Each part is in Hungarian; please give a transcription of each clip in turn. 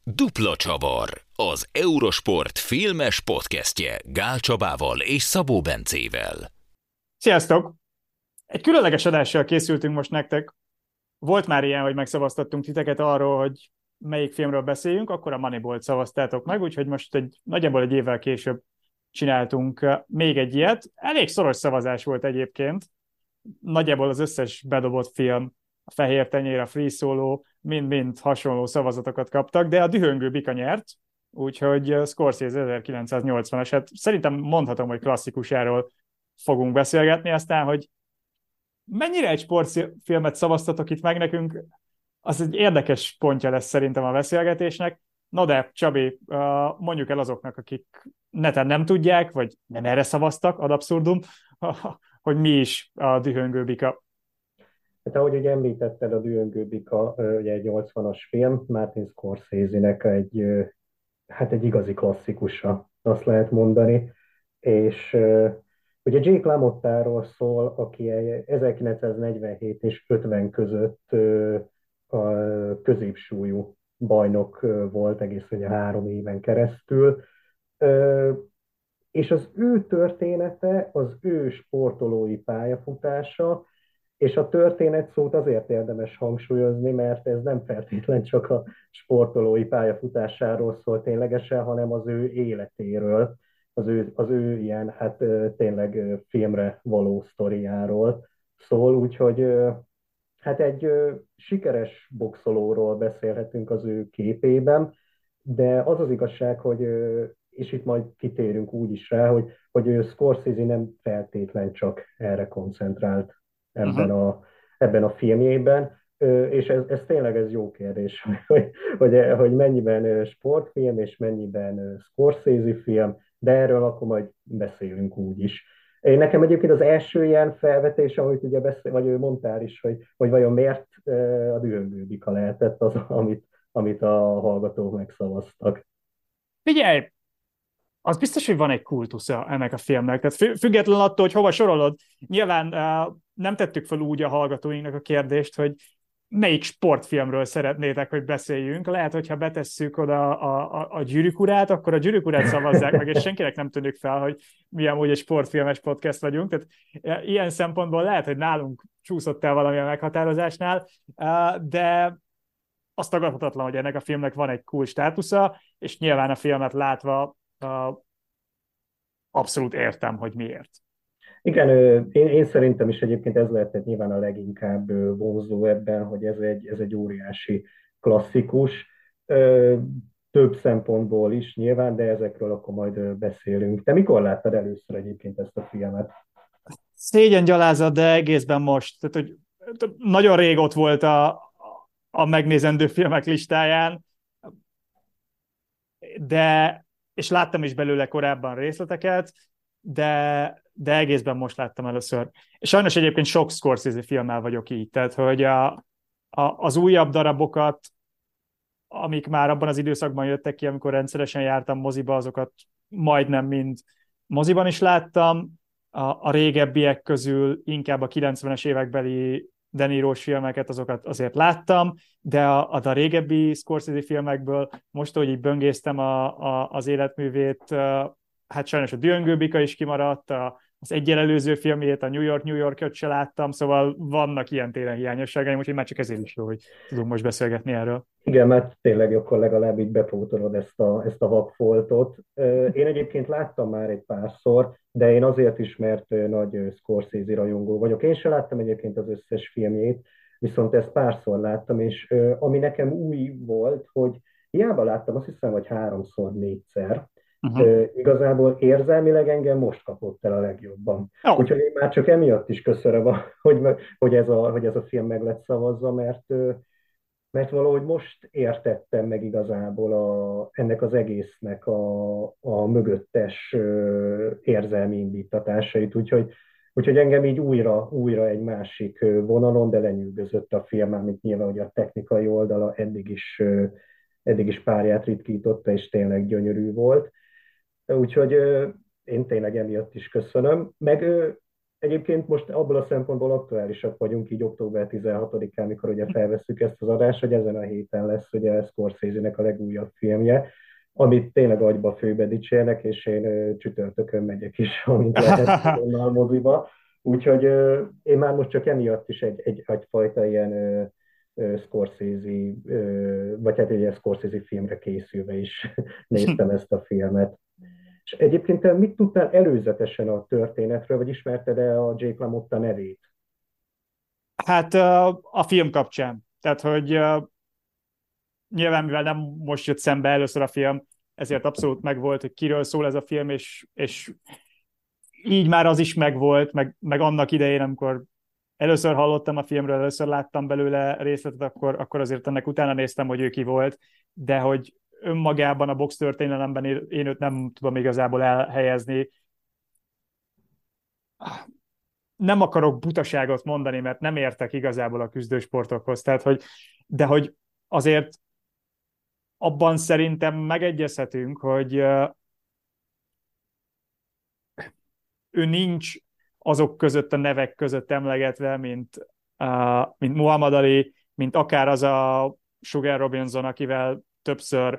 Dupla csavar, az Eurosport filmes podcastje Gál Csabával és Szabó Bencével. Sziasztok! Egy különleges adással készültünk most nektek. Volt már ilyen, hogy megszavaztattunk titeket arról, hogy melyik filmről beszéljünk, akkor a Moneyball-t szavaztátok meg, úgyhogy most nagyjából egy évvel később csináltunk még egy ilyet. Elég szoros szavazás volt egyébként. Nagyjából az összes bedobott film, a Fehér Tenyér, a Free Solo, mind-mind hasonló szavazatokat kaptak, de a Dühöngő Bika nyert, úgyhogy Scorsese 1980-as, hát szerintem mondhatom, hogy klasszikusáról fogunk beszélgetni, aztán, hogy mennyire egy sportfilmet szavaztatok itt meg nekünk, az egy érdekes pontja lesz szerintem a beszélgetésnek. Na de, Csabi, mondjuk el azoknak, akik neten nem tudják, vagy nem erre szavaztak, ad abszurdum, hogy mi is a Dühöngő Bika. Hát ahogy ugye említetted, a Dühöngő Bika ugye egy 80-as film, Martin Scorsese-nek egy igazi klasszikusa, azt lehet mondani. És ugye Jake LaMottáról szól, aki 1947 és 50 között a középsúlyú bajnok volt egész ugye 3 éven keresztül. Ö, és az ő története, az ő sportolói pályafutása, és a történet szót azért érdemes hangsúlyozni, mert ez nem feltétlen csak a sportolói pályafutásáról szól ténylegesen, hanem az ő életéről, az ő ilyen, tényleg filmre való sztoriáról szól, úgyhogy hát egy sikeres boxolóról beszélhetünk az ő képében, de az az igazság, hogy és itt majd kitérünk úgy is rá, hogy Scorsese nem feltétlen csak erre koncentrált ebben Uh-huh. a filmjében, és ez tényleg ez jó kérdés, hogy mennyiben sportfilm és mennyiben Scorsese film, de erről akkor majd beszélünk úgy is. Nekem egyébként az első ilyen felvetés, amit ugye vagy ő mondtál is, hogy vajon miért a Dühöngő Bika lehetett az, amit a hallgatók megszavaztak. Figyelj, az biztos, hogy van egy kultusza ennek a filmnek. Tehát független attól, hogy hova sorolod, nyilván nem tettük fel úgy a hallgatóinknak a kérdést, hogy melyik sportfilmről szeretnétek, hogy beszéljünk. Lehet, hogyha betesszük oda a gyűrűk urát, akkor a gyűrűk urát szavazzák meg, és senkinek nem tűnik fel, hogy mi amúgy egy sportfilmes podcast vagyunk. Tehát ilyen szempontból lehet, hogy nálunk csúszott el valami a meghatározásnál, de az tagadhatatlan, hogy ennek a filmnek van egy cool státusza, és nyilván a filmet látva abszolút értem, hogy miért. Igen, én szerintem is egyébként ez lehetett nyilván a leginkább vonzó ebben, hogy ez egy óriási klasszikus, több szempontból is nyilván, de ezekről akkor majd beszélünk. Te mikor láttad először egyébként ezt a filmet? Szégyen gyalázat, de egészben most. Tehát, hogy nagyon rég ott volt a megnézendő filmek listáján, és láttam is belőle korábban részleteket, de egészben most láttam először. És sajnos egyébként sok Scorsese filmmel vagyok így, tehát hogy az újabb darabokat, amik már abban az időszakban jöttek ki, amikor rendszeresen jártam moziba, azokat majdnem mind moziban is láttam. A régebbiek közül inkább a 90-es évekbeli De Niro-s filmeket, azokat azért láttam, de a régebbi Scorsese filmekből most, hogy így böngésztem az életművét, hát sajnos a Dühöngő Bika is kimaradt, az egyel előző filmjét, a New York-öt se láttam, szóval vannak ilyen téren hiányosságaim, úgyhogy már csak ezért is jó, hogy tudunk most beszélgetni erről. Igen, mert tényleg akkor legalább így bepótolod ezt a vakfoltot. Én egyébként láttam már egy párszor, de én azért is, mert nagy Scorsese rajongó vagyok. Én sem láttam egyébként az összes filmjét, viszont ezt párszor láttam, és ami nekem új volt, hogy hiába láttam, azt hiszem, hogy 3-4-szer, Uh-huh. igazából érzelmileg most kapott el a legjobban. Jó. Úgyhogy én már csak emiatt is köszönöm, hogy ez a film meg lett szavazva, mert valahogy most értettem meg igazából ennek az egésznek a mögöttes érzelmi indítatásait, úgyhogy engem így újra egy másik vonalon, de lenyűgözött a film, amit nyilván hogy a technikai oldala eddig is párját ritkította, és tényleg gyönyörű volt. Úgyhogy én tényleg emiatt is köszönöm. Meg egyébként most abból a szempontból aktuálisak vagyunk, így október 16-án, mikor ugye felvesszük ezt az adást, hogy ezen a héten lesz ugye Scorsese-nek a legújabb filmje, amit tényleg agyba főbe dicsérnek, és én csütörtökön megyek is, amint lehet a moziba. Úgyhogy én már most csak emiatt is egyfajta ilyen Scorsese, vagy hát egy ilyen Scorsese filmre készülve is néztem ezt a filmet. És egyébként te mit tudtál előzetesen a történetről, vagy ismerted-e a Jake LaMotta nevét? Hát a film kapcsán. Tehát, hogy nyilván, mivel nem most jött szembe először a film, ezért abszolút megvolt, hogy kiről szól ez a film, és így már az is megvolt, meg annak idején, amikor először hallottam a filmről, először láttam belőle részletet, akkor azért ennek utána néztem, hogy ő ki volt, de hogy önmagában a box történelemben én őt nem tudom igazából elhelyezni. Nem akarok butaságot mondani, mert nem értek igazából a küzdősportokhoz, de hogy azért abban szerintem megegyezhetünk, hogy ő nincs azok között a nevek között emlegetve, mint Muhammad Ali, mint akár az a Sugar Robinson, akivel többször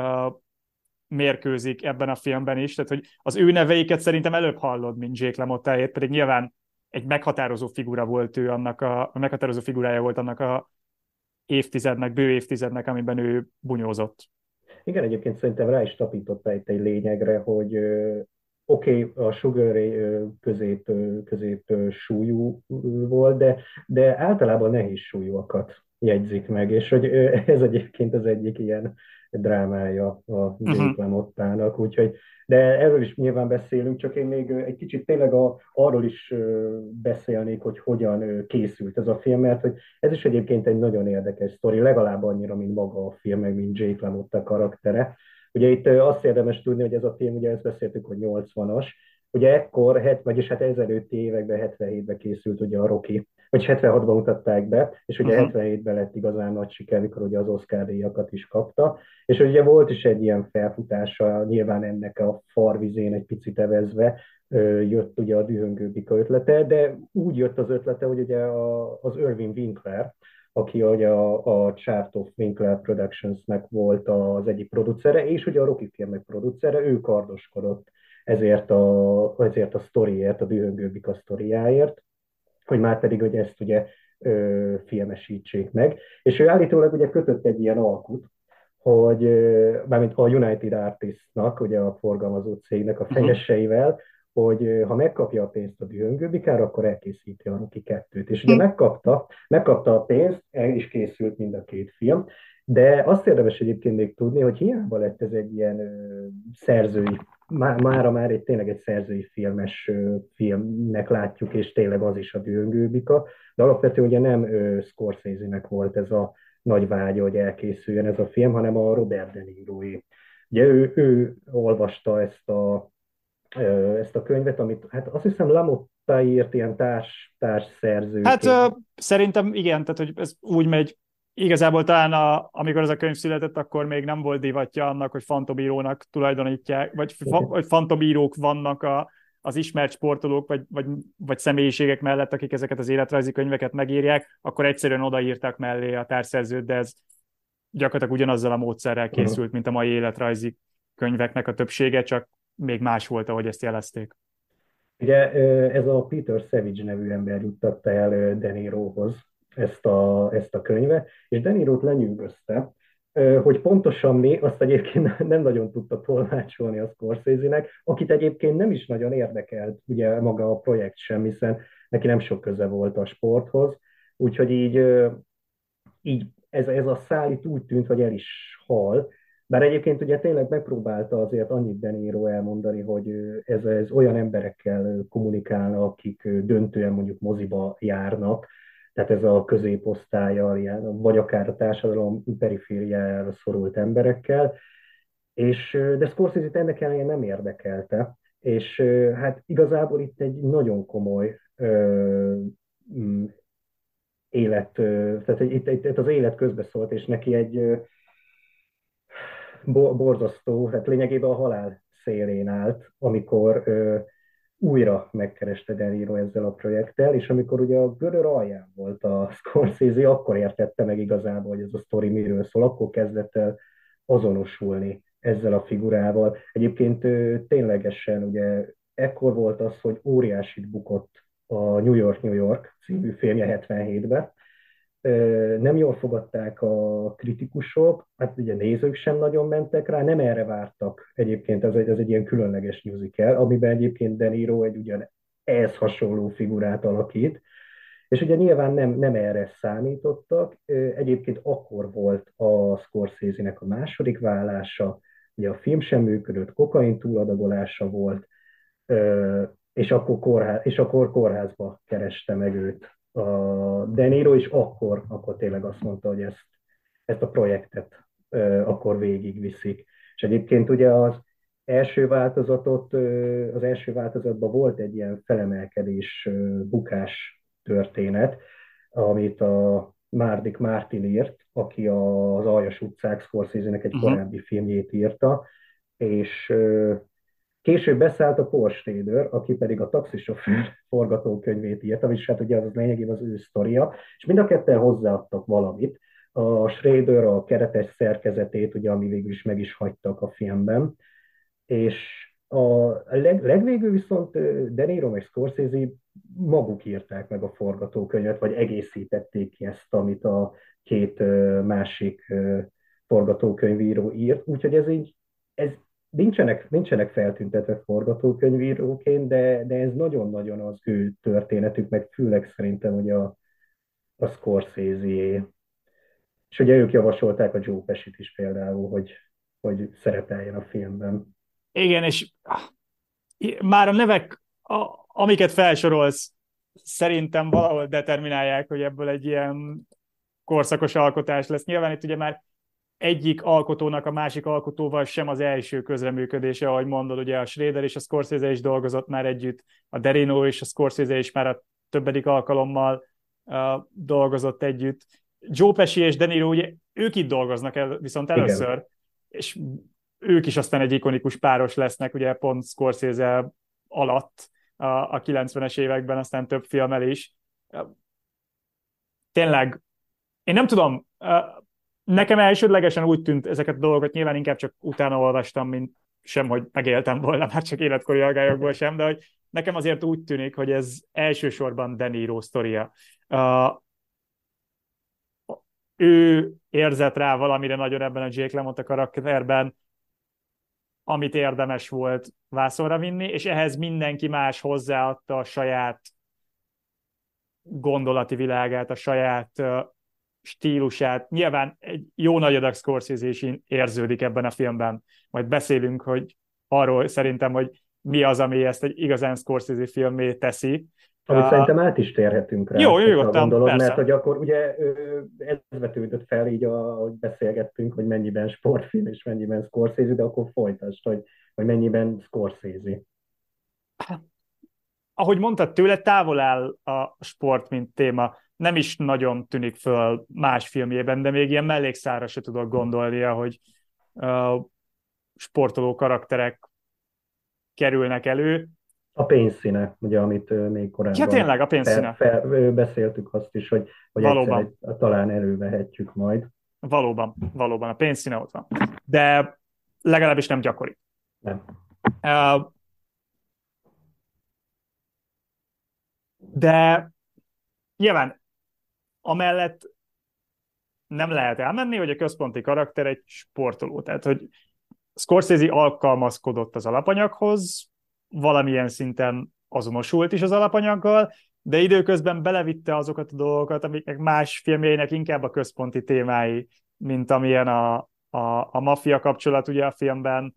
mérkőzik ebben a filmben is. Tehát, hogy az ő neveiket szerintem előbb hallod, mint Jake LaMottáét, pedig nyilván egy meghatározó figura volt ő, a meghatározó figurája volt annak a évtizednek, bő évtizednek, amiben ő bunyózott. Igen, egyébként szerintem rá is tapította itt egy lényegre, hogy oké, a Sugar Ray közép súlyú volt, de általában nehéz súlyúakat jegyzik meg, és hogy ez egyébként az egyik ilyen drámája a Jake Uh-huh. LaMottának, úgyhogy, de erről is nyilván beszélünk, csak én még egy kicsit tényleg arról is beszélnék, hogy hogyan készült ez a film, mert hogy ez is egyébként egy nagyon érdekes sztori, legalább annyira, mint maga a film, meg mint Jake LaMotta karaktere. Ugye itt azt érdemes tudni, hogy ez a film, ugye ezt beszéltük, hogy 80-as, ugye ekkor, vagyis hát ezelőtti években, 77-ben készült ugye a Rocky, vagy 76-ban mutatták be, és ugye Uh-huh. 77-ben lett igazán nagy siker, mikor ugye az Oscar díjakat is kapta, és ugye volt is egy ilyen felfutása, nyilván ennek a farvizén egy picit evezve, jött ugye a Dühöngő Bika ötlete, de úgy jött az ötlete, hogy ugye az Irving Winkler, aki ugye a Chart of Winkler Productions-nek volt az egyik producere, és ugye a Rocky filmek producere, ő kardoskodott ezért a sztoriért, a Dühöngő Bika sztoriáért, hogy már pedig, hogy ezt ugye filmesítsék meg. És ő állítólag ugye kötött egy ilyen alkut, hogy mármint a United Artists-nak, ugye a forgalmazó cégnek a Uh-huh. fejeseivel, hogy ha megkapja a pénzt a Dühöngőbikára, akkor elkészíti a Rocky 2-t. És ugye megkapta a pénzt, el is készült mind a két film, de azt érdemes egyébként még tudni, hogy hiába lett ez egy ilyen szerzői, mára már tényleg egy szerzői filmnek látjuk, és tényleg az is a Dühöngőbika, de alapvetően ugye nem Scorsese-nek volt ez a nagy vágya, hogy elkészüljön ez a film, hanem a Robert De Niroé. Ugye ő olvasta ezt a könyvet, amit hát azt hiszem Lamotta írt ilyen társ Hát szerzőként. szerintem igen, tehát hogy ez úgy megy, igazából talán amikor ez a könyv született, akkor még nem volt divatja annak, hogy fantomírónak tulajdonítják, vagy fantomírók vannak az ismert sportolók, vagy személyiségek mellett, akik ezeket az életrajzi könyveket megírják, akkor egyszerűen odaírták mellé a társszerzőt, de ez gyakorlatilag ugyanazzal a módszerrel készült, mint a mai életrajzi könyveknek a többsége, csak még más volt, ahogy ezt jelezték. Ugye ez a Peter Savage nevű ember juttatta el De Nirohoz ezt a könyvet, és De Nirot lenyűgözte, hogy pontosan mi, azt egyébként nem nagyon tudta tolmácsolni a Scorsese-nek, akit egyébként nem is nagyon érdekelt ugye maga a projekt sem, hiszen neki nem sok köze volt a sporthoz, úgyhogy így ez a szál itt úgy tűnt, hogy el is hal. Bár egyébként ugye tényleg megpróbálta azért annyit De Niro elmondani, hogy ez olyan emberekkel kommunikálna, akik döntően mondjuk moziba járnak, tehát ez a középosztálya, vagy akár a társadalom perifériájára szorult emberekkel, de Scorsese-t ennek ellenére nem érdekelte, és hát igazából itt egy nagyon komoly tehát itt az élet közbeszólt, és neki egy borzasztó, tehát lényegében a halál szélén állt, amikor újra megkereste De Niro ezzel a projekttel, és amikor ugye a gödör alján volt a Scorsese, akkor értette meg igazából, hogy ez a sztori miről szól, akkor kezdett el azonosulni ezzel a figurával. Egyébként ténylegesen ugye ekkor volt az, hogy óriásit bukott a New York, New York című filmje 77-ben, nem jól fogadták a kritikusok, hát ugye nézők sem nagyon mentek rá, nem erre vártak egyébként, ez egy ilyen különleges musical, amiben egyébként De Niro egy ugyan ehhez hasonló figurát alakít, és ugye nyilván nem erre számítottak, egyébként akkor volt a Scorsese-nek a második válása, ugye a film sem működött, kokain túladagolása volt, és akkor kórházba kereste meg őt a De Niro, és akkor tényleg azt mondta, hogy ezt a projektet akkor végigviszik. És egyébként ugye az első változatban volt egy ilyen felemelkedés, bukás történet, amit a Mardik Martin írt, aki az Aljas utcák Scorsese-nek egy Uh-huh. korábbi filmjét írta, és később beszállt a Paul Schrader, aki pedig a Taxisofőr forgatókönyvét írta, és hát ugye az lényegében az ő sztoria, és mind a ketten hozzáadtak valamit. A Schrader a keretes szerkezetét, ugye, ami végül is meg is hagytak a filmben, és legvégül viszont De Niro meg Scorsese maguk írták meg a forgatókönyvet, vagy egészítették ki ezt, amit a két másik forgatókönyvíró írt. Úgyhogy ez nincsenek feltüntetve forgatókönyvíróként, de ez nagyon-nagyon az ő történetük, meg főleg szerintem, hogy a Scorsese-é. És ugye ők javasolták a Joe Pesci-t is például, hogy szerepeljen a filmben. Igen, és már a nevek, amiket felsorolsz, szerintem valahol determinálják, hogy ebből egy ilyen korszakos alkotás lesz. Nyilván itt ugye már egyik alkotónak a másik alkotóval sem az első közreműködése, ahogy mondod, ugye a Schrader és a Scorsese is dolgozott már együtt, a De Niro és a Scorsese is már a többedik alkalommal dolgozott együtt. Joe Pesci és De Niro, ugye ők itt dolgoznak viszont Igen. először, és ők is aztán egy ikonikus páros lesznek, ugye pont Scorsese alatt a 90-es években, aztán több filmmel is. Tényleg, én nem tudom, nekem elsődlegesen úgy tűnt ezeket a dolgokat, nyilván inkább csak utána olvastam, mint sem, hogy megéltem volna, már csak életkori aggályokból sem, de hogy nekem azért úgy tűnik, hogy ez elsősorban De Niro sztoria. Ő érzett rá valamire nagyon ebben a Jake LaMotta karakterben, amit érdemes volt vászonra vinni, és ehhez mindenki más hozzáadta a saját gondolati világát, a saját stílusát. Nyilván egy jó nagy adag Scorsese is érződik ebben a filmben. Majd beszélünk, hogy arról szerintem, hogy mi az, ami ezt egy igazán Scorsese filmé teszi. Amit szerintem át is térhetünk rá, Jó, hogyha nyugodtan, gondolod, mert persze. hogy akkor ugye ez vetődött fel így, ahogy beszélgettünk, hogy mennyiben sportfilm és mennyiben Scorsese, de akkor folytasd, hogy mennyiben Scorsese. Ahogy mondtad, tőle távol áll a sport, mint téma. Nem is nagyon tűnik föl más filmjében, de még ilyen mellékszára se tudok gondolni, hogy sportoló karakterek kerülnek elő. A pénzszíne, ugye, amit még Ja, korábban tényleg, a pénzszíne. beszéltük azt is, hogy egyszer Valóban, talán elővehetjük majd. valóban, a pénzszíne ott van. De legalábbis nem gyakori. Nem. De nyilván amellett nem lehet elmenni, hogy a központi karakter egy sportoló. Tehát, hogy Scorsese alkalmazkodott az alapanyaghoz, valamilyen szinten azonosult is az alapanyaggal, de időközben belevitte azokat a dolgokat, amik más filmjeinek inkább a központi témái, mint amilyen a maffia kapcsolat ugye a filmben,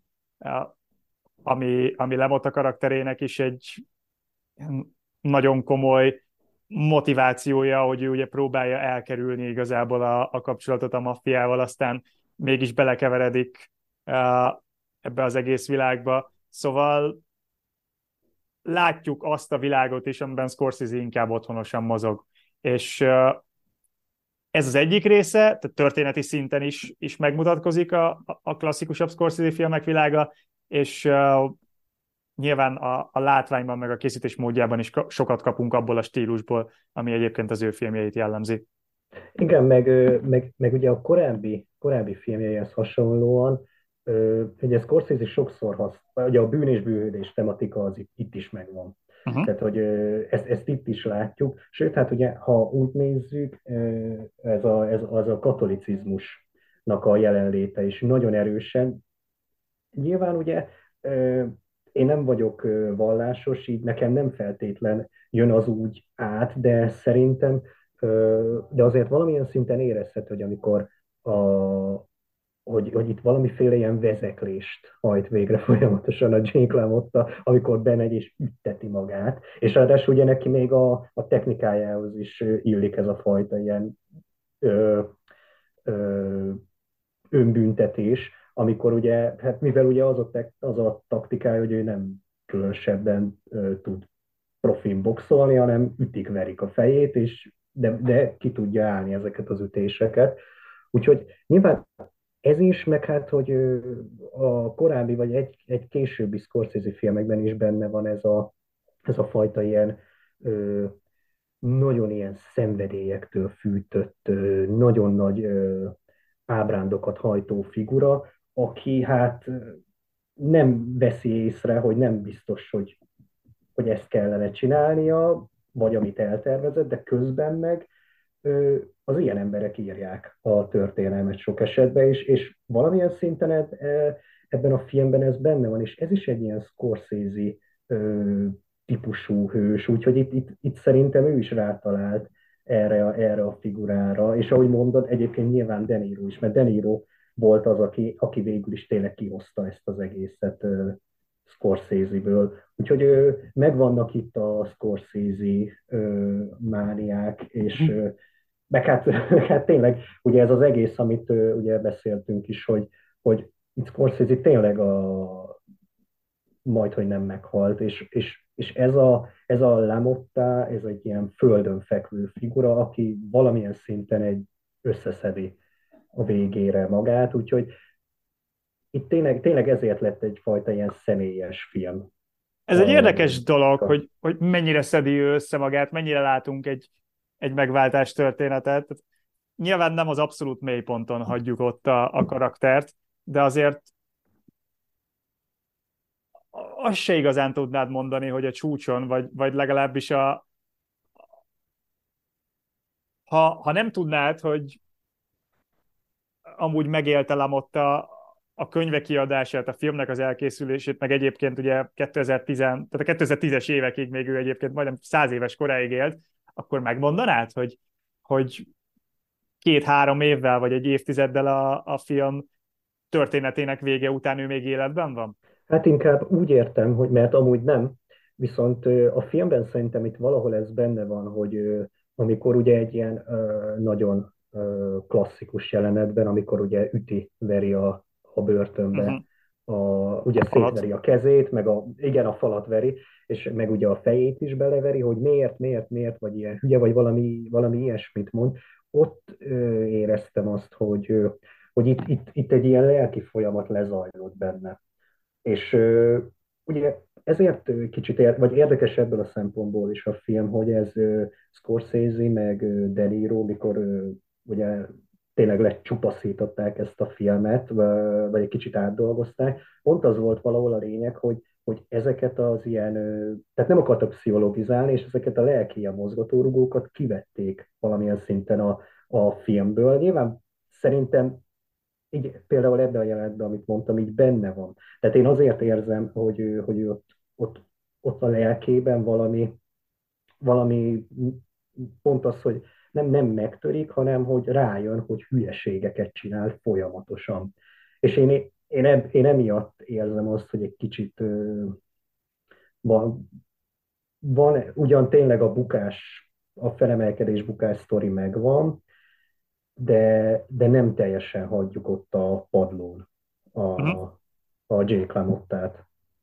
ami LaMotta karakterének is egy nagyon komoly motivációja, hogy ő ugye próbálja elkerülni igazából a kapcsolatot a maffiával, aztán mégis belekeveredik ebbe az egész világba. Szóval látjuk azt a világot is, amiben Scorsese inkább otthonosan mozog. És ez az egyik része, tehát történeti szinten is megmutatkozik a klasszikusabb Scorsese filmek világa, és nyilván a látványban, meg a készítés módjában is sokat kapunk abból a stílusból, ami egyébként az ő filmjeit jellemzi. Igen, meg ugye a korábbi filmjeihez hasonlóan, ugye Scorsese sokszor ugye a bűn és bűnhődés tematika az itt is megvan. Uh-huh. Tehát, hogy ezt itt is látjuk. Sőt, hát ugye, ha úgy nézzük, az a katolicizmusnak a jelenléte is nagyon erősen. Nyilván ugye én nem vagyok vallásos, így nekem nem feltétlen jön az úgy át, de szerintem, de azért valamilyen szinten érezhető, hogy amikor hogy itt valamiféle ilyen vezeklést hajt végre folyamatosan a Jake LaMotta, amikor bemegy és ütteti magát, és ráadásul ugye neki még a technikájához is illik ez a fajta ilyen ö, ö, önbüntetés, amikor ugye, hát mivel ugye az a taktikája, hogy ő nem különösebben tud profin boxolni, hanem ütik-verik a fejét, de ki tudja állni ezeket az ütéseket. Úgyhogy nyilván ez is, meg hát, hogy a korábbi, vagy egy későbbi Scorsese filmekben is benne van ez a fajta ilyen nagyon ilyen szenvedélyektől fűtött, nagyon nagy ábrándokat hajtó figura, aki hát nem veszi észre, hogy nem biztos, hogy ezt kellene csinálnia, vagy amit eltervezett, de közben meg az ilyen emberek írják a történelmet sok esetben, és valamilyen szinten ebben a filmben ez benne van, és ez is egy ilyen Scorsese típusú hős, úgyhogy itt szerintem ő is rátalált erre a figurára, és ahogy mondod, egyébként nyilván De Niro is, mert De Niro volt az, aki végül is tényleg kihozta ezt az egészet Scorsese-ből. Úgyhogy megvannak itt a Scorsese mániák, és meg hát, hát tényleg, ugye ez az egész, amit ugye beszéltünk is, hogy itt Scorsese tényleg majd, hogy nem meghalt, és ez a Lamotta, ez egy ilyen földön fekvő figura, aki valamilyen szinten összeszedi a végére magát, úgyhogy itt tényleg ezért lett egyfajta ilyen személyes film. Ez egy érdekes dolog, hogy mennyire szedi ő össze magát, mennyire látunk egy megváltás történetet. Nyilván nem az abszolút mélyponton hagyjuk ott a karaktert, de azért azt se igazán tudnád mondani, hogy a csúcson, vagy legalábbis ha nem tudnád, hogy amúgy megélte Lamotta a könyvek kiadását, a filmnek az elkészülését, meg egyébként ugye tehát a 2010-es évekig még ő egyébként majdnem 100 éves koráig élt, akkor megmondanád, hogy 2-3 évvel, vagy egy évtizeddel a film történetének vége után ő még életben van? Hát inkább úgy értem, hogy mert amúgy nem, viszont a filmben szerintem itt valahol ez benne van, hogy amikor ugye egy ilyen nagyon klasszikus jelenetben, amikor ugye veri a börtönbe, Uh-huh. ugye Falat. szétveri a kezét, meg igen, a falat veri, és meg ugye a fejét is beleveri, hogy miért, vagy ilyen hülye, vagy valami ilyesmit mond. Ott éreztem azt, hogy itt egy ilyen lelki folyamat lezajlott benne. És ugye ezért kicsit vagy érdekes ebből a szempontból is a film, hogy ez Scorsese meg De Niro, mikor ugye tényleg lecsupaszították ezt a filmet, vagy egy kicsit átdolgozták, pont az volt valahol a lényeg, hogy ezeket az ilyen, tehát nem akartak pszichologizálni, és ezeket a lelki ilyen mozgatórugókat kivették valamilyen szinten a filmből. Nyilván szerintem így például ebben a jelenetben, amit mondtam, így benne van. Tehát én azért érzem, hogy ott, ott a lelkében valami pont az, hogy nem megtörik, hanem hogy rájön, hogy hülyeségeket csinál folyamatosan. És én emiatt érzem azt, hogy egy kicsit van ugyan tényleg a felemelkedés bukás sztori megvan, de nem teljesen hagyjuk ott a padlón a, Uh-huh. a Jake LaMottát.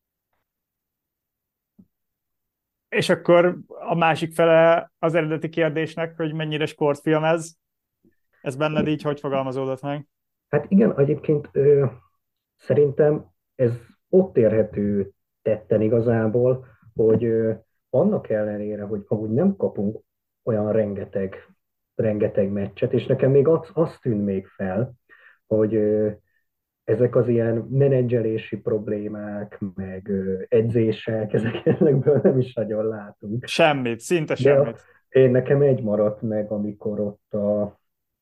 És akkor a másik fele az eredeti kérdésnek, hogy mennyire sportfilm ez. Ez benned így hogy fogalmazódott meg? Hát igen, egyébként szerintem ez ott érhető tetten igazából, hogy annak ellenére, hogy amúgy nem kapunk olyan rengeteg meccset, és nekem még az tűnt még fel, hogy ezek az ilyen menedzselési problémák, meg edzések, ezekből nem is nagyon látunk. Semmit, szinte De semmit. nekem egy maradt meg, amikor ott a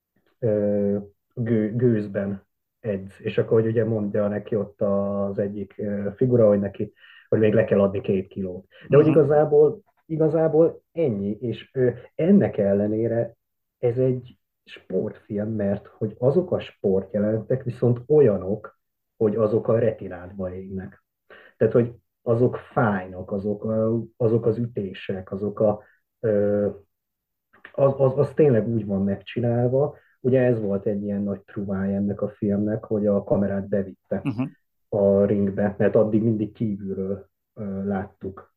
gőzben edz, és akkor hogy ugye mondja neki ott az egyik figura, hogy neki, hogy még le kell adni 2 kilót. De hogy Uh-huh. igazából ennyi, és ennek ellenére ez egy sportfilm, mert hogy azok a sportjelentek viszont olyanok, hogy azok a retinádba égnek. Tehát, hogy azok fájnak, azok az ütések, ö, az tényleg úgy van megcsinálva. Ugye ez volt egy ilyen nagy truváj ennek a filmnek, hogy a kamerát bevitte Uh-huh. a ringbe, mert addig mindig kívülről láttuk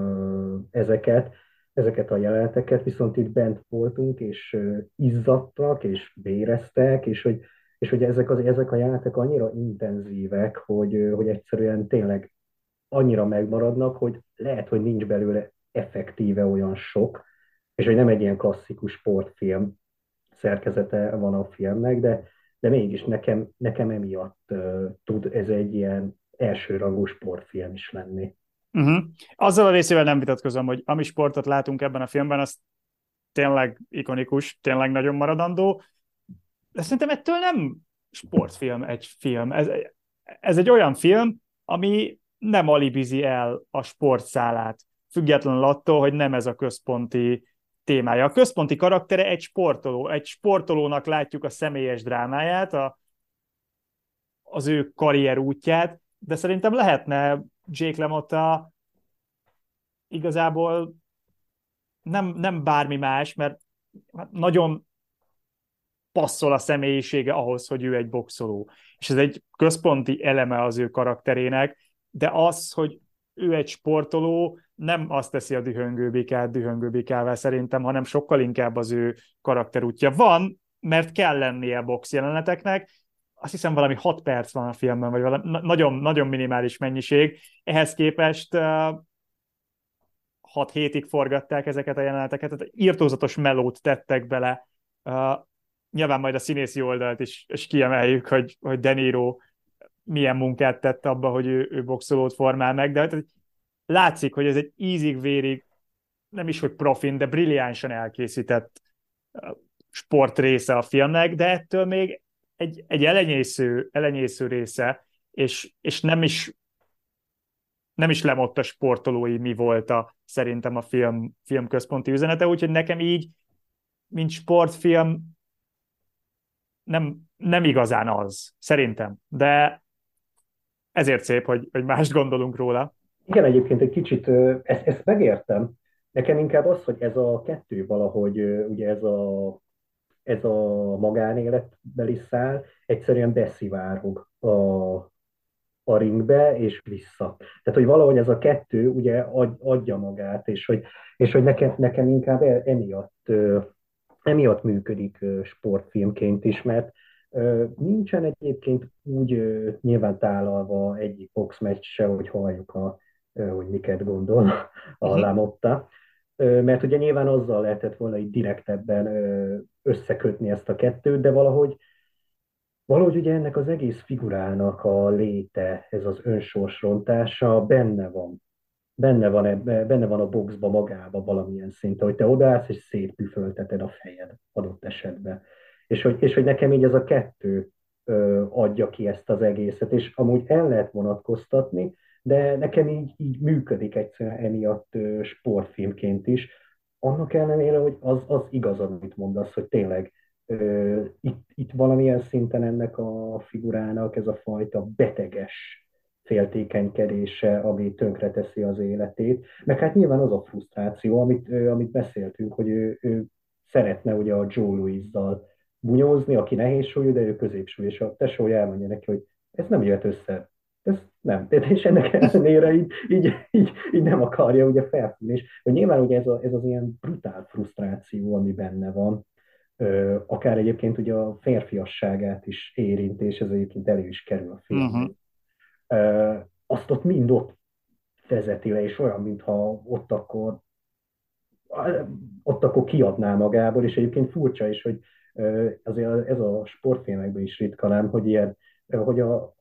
ezeket a jeleneteket, viszont itt bent voltunk, és izzadtak, és véreztek, és hogy ezek a jelenetek annyira intenzívek, hogy egyszerűen tényleg annyira megmaradnak, hogy lehet, hogy nincs belőle effektíve olyan sok, és hogy nem egy ilyen klasszikus sportfilm szerkezete van a filmnek, de mégis nekem emiatt tud ez egy ilyen elsőrangú sportfilm is lenni. Uh-huh. Azzal a részével nem vitatkozom, hogy ami sportot látunk ebben a filmben, az tényleg ikonikus, tényleg nagyon maradandó, de szerintem ettől nem sportfilm egy film. Ez egy olyan film, ami nem alibizi el a sportszálát, függetlenül attól, hogy nem ez a központi témája. A központi karaktere egy sportoló. Egy sportolónak látjuk a személyes drámáját, az ő karrier útját, de szerintem lehetne Jake LaMotta igazából nem bármi más, mert nagyon passzol a személyisége ahhoz, hogy ő egy boxoló. És ez egy központi eleme az ő karakterének, de az, hogy ő egy sportoló, nem azt teszi a dühöngőbikát dühöngőbikává szerintem, hanem sokkal inkább az ő karakterútja. Van, mert kell lennie a box jeleneteknek, azt hiszem valami 6 perc van a filmben, vagy valami nagyon, nagyon minimális mennyiség. Ehhez képest 6 hétig forgatták ezeket a jeleneteket, tehát írtózatos melót tettek bele. Nyilván majd a színészi oldalt is kiemeljük, hogy De Niro milyen munkát tett abba, hogy ő boxolót formál meg, de tehát látszik, hogy ez egy ízig-vérig, nem is hogy profin, de brilliánsan elkészített sport része a filmnek, de ettől még egy elenyésző része, és nem is lemott a sportolói mi volt szerintem a film központi üzenete, úgyhogy nekem így, mint sportfilm, nem igazán az, szerintem. De ezért szép, hogy mást gondolunk róla. Igen, egyébként egy kicsit ezt megértem. Nekem inkább az, hogy ez a kettő valahogy, ugye ez a magánéletbeli szál egyszerűen beszivárog a ringbe és vissza. Tehát, hogy valahogy ez a kettő ugye adja magát, és hogy nekem inkább emiatt működik sportfilmként is, mert nincsen egyébként úgy nyilván tálalva egyik boxmeccs se, hogy halljuk, hogy miket gondol a Uh-huh. Lamotta, mert ugye nyilván azzal lehetett volna így direktebben összekötni ezt a kettőt, de valahogy ugye ennek az egész figurának a léte, ez az önsorsrontása benne van a boxba magába valamilyen szinten, hogy te odaállsz és szétpüfölteted a fejed adott esetben. És hogy nekem így ez a kettő adja ki ezt az egészet, és amúgy el lehet vonatkoztatni, de nekem így működik egyszerűen emiatt sportfilmként is. Annak ellenére, hogy az igaz, amit mondasz, hogy tényleg itt valamilyen szinten ennek a figurának ez a fajta beteges féltékenykedése, ami tönkreteszi az életét. Meg hát nyilván az a frusztráció, amit beszéltünk, hogy ő szeretne ugye a Joe Louis-zal bunyózni, aki nehézsúlyú, de ő középsúlyú, és a tesója elmondja neki, hogy ez nem jöhet össze. Ez nem. És ennek ellenére így nem akarja ugye felfújni. És hogy nyilván ugye ez az ilyen brutál frusztráció, ami benne van, akár egyébként ugye a férfiasságát is érint, és ez egyébként elő is kerül a Uh-huh. filmben. Azt ott mind vezeti le, és olyan, mintha ott akkor kiadná magából, és egyébként furcsa is, hogy azért ez a sportfilmekben is ritka, nem, hogy ilyen, hogy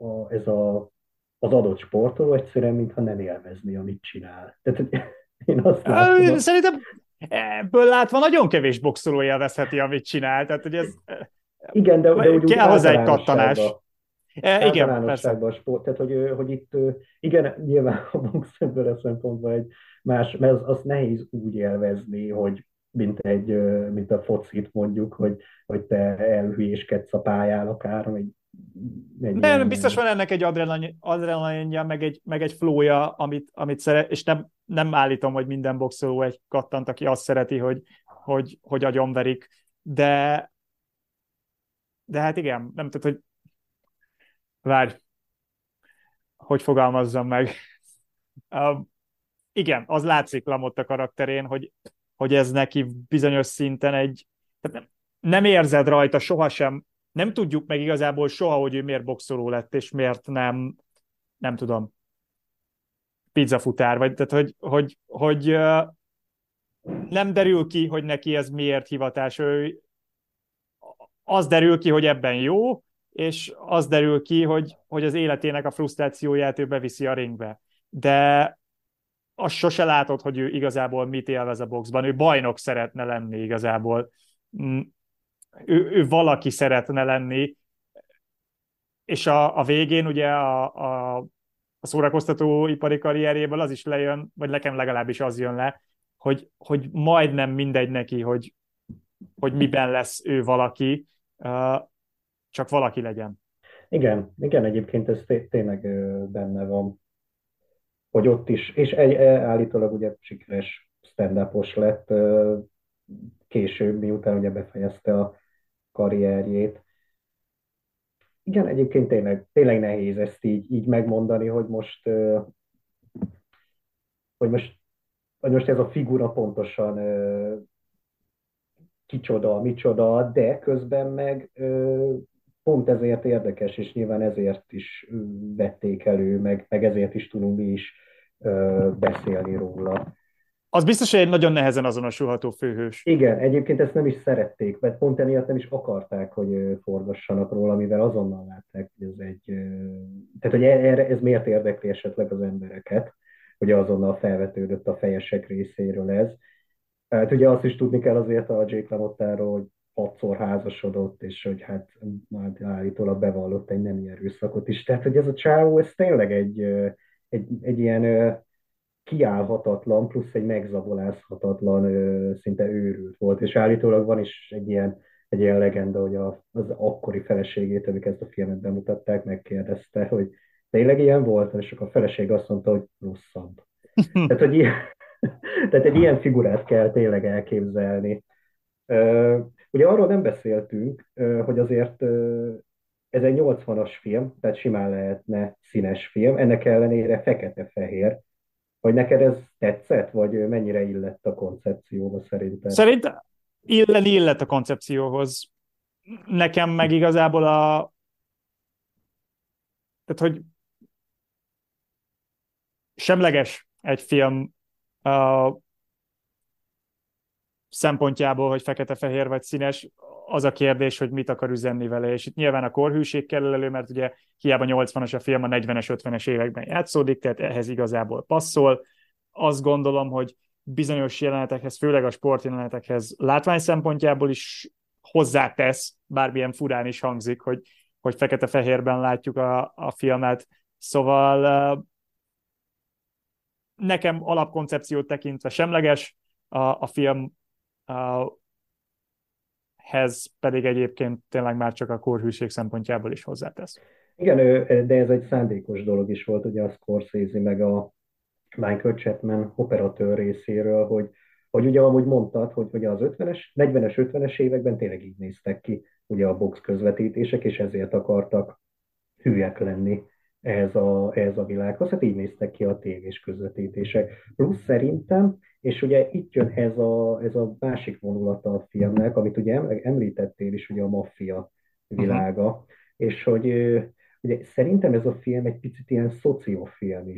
az adott sportoló egyszerűen, mintha nem élvezni, amit csinál. Tehát, hogy én azt látom. Szerintem ebből látva nagyon kevés boxoló élvezheti, amit csinál. Tehát, hogy ez Igen, de úgy kell hozzá egy kattanás. általánosságban. Igen, persze. Általánosságban a sport, tehát hogy itt, igen, nyilván a box ebből a szempontból egy más, mert az nehéz úgy élvezni, hogy mint a focit mondjuk, hogy te elhülyéskedsz a pályán akár, egy De ilyen, biztos van ennek egy adrenalinja, meg egy flója, amit szeret, és nem állítom, hogy minden boxoló egy kattant, aki azt szereti, hogy agyonverik, de, de hát igen, nem tudom, hogy várj, hogy fogalmazzam meg. Uh, igen, az látszik Lamotta karakterén, hogy ez neki bizonyos szinten tehát nem érzed rajta sohasem, nem tudjuk meg igazából soha, hogy ő miért boxoló lett, és miért nem tudom, pizzafutár, vagy tehát, hogy nem derül ki, hogy neki ez miért hivatás. Az derül ki, hogy ebben jó, és az derül ki, hogy az életének a frusztrációját ő beviszi a ringbe. De azt sose látod, hogy ő igazából mit élvez a boxban. Ő bajnok szeretne lenni igazából. Mm, ő valaki szeretne lenni, és a végén ugye a szórakoztatóipari karrierjéből az is lejön, vagy nekem legalábbis az jön le, hogy majdnem mindegy neki, hogy miben lesz ő valaki, csak valaki legyen. igen, egyébként ez tényleg benne van, hogy ott is, és állítólag ugye sikeres stand-upos lett később, miután ugye befejezte a karrierjét. Igen, egyébként tényleg nehéz ezt így megmondani, hogy most, hogy most ez a figura pontosan kicsoda, micsoda, de közben meg pont ezért érdekes, és nyilván ezért is vették elő, meg ezért is tudunk mi is beszélni róla. Az biztos, hogy egy nagyon nehezen azonosulható főhős. Igen, egyébként ezt nem is szerették, mert pont emiatt nem is akarták, hogy forgassanak róla, mivel azonnal látták, hogy tehát hogy ez miért érdekli esetleg az embereket, hogy azonnal felvetődött a fejesek részéről ez. Hát ugye azt is tudni kell azért a Jake LaMottáról, hogy 6-szor házasodott, és hogy hát már állítólag bevallott egy nemi erőszakot is. Tehát, hogy ez a csávó, ez tényleg egy ilyen kiállhatatlan, plusz egy megzabolázhatatlan, szinte őrült volt. És állítólag van is egy ilyen legenda, hogy az akkori feleségét, amik ezt a filmet bemutatták, megkérdezte, hogy tényleg ilyen volt, és akkor a feleség azt mondta, hogy rosszabb. Tehát, hogy tehát egy ilyen figurát kell tényleg elképzelni. Ugye arról nem beszéltünk, hogy azért ez egy 80-as film, tehát simán lehetne színes film, ennek ellenére fekete-fehér. Hogy neked ez tetszett, vagy mennyire illett a koncepcióba szerinted? Szerintem illet a koncepcióhoz. Nekem meg igazából tehát, hogy semleges egy film szempontjából, hogy fekete-fehér vagy színes, az a kérdés, hogy mit akar üzenni vele, és itt nyilván a korhűség kell elő, mert ugye hiába 80-as a film, a 40-es, 50-es években játszódik, tehát ehhez igazából passzol. Azt gondolom, hogy bizonyos jelenetekhez, főleg a sportjelenetekhez látvány szempontjából is hozzátesz, bármilyen furán is hangzik, hogy fekete-fehérben látjuk a filmet. Szóval nekem alapkoncepciót tekintve semleges, a film hez pedig egyébként tényleg már csak a korhűség szempontjából is hozzátesz. Igen, de ez egy szándékos dolog is volt, ugye a Scorsese meg a Michael Chapman operatőr részéről, hogy ugye amúgy mondtad, hogy ugye az 50-es, 40-es, 50-es években tényleg így néztek ki ugye a box közvetítések, és ezért akartak hülyek lenni ehhez a világhoz. Hát így néztek ki a tévés közvetítések. Plusz szerintem, és ugye itt jön ez a másik vonulata a filmnek, amit ugye említettél is, ugye a maffia világa, és hogy ugye szerintem ez a film egy picit ilyen szociofilm is.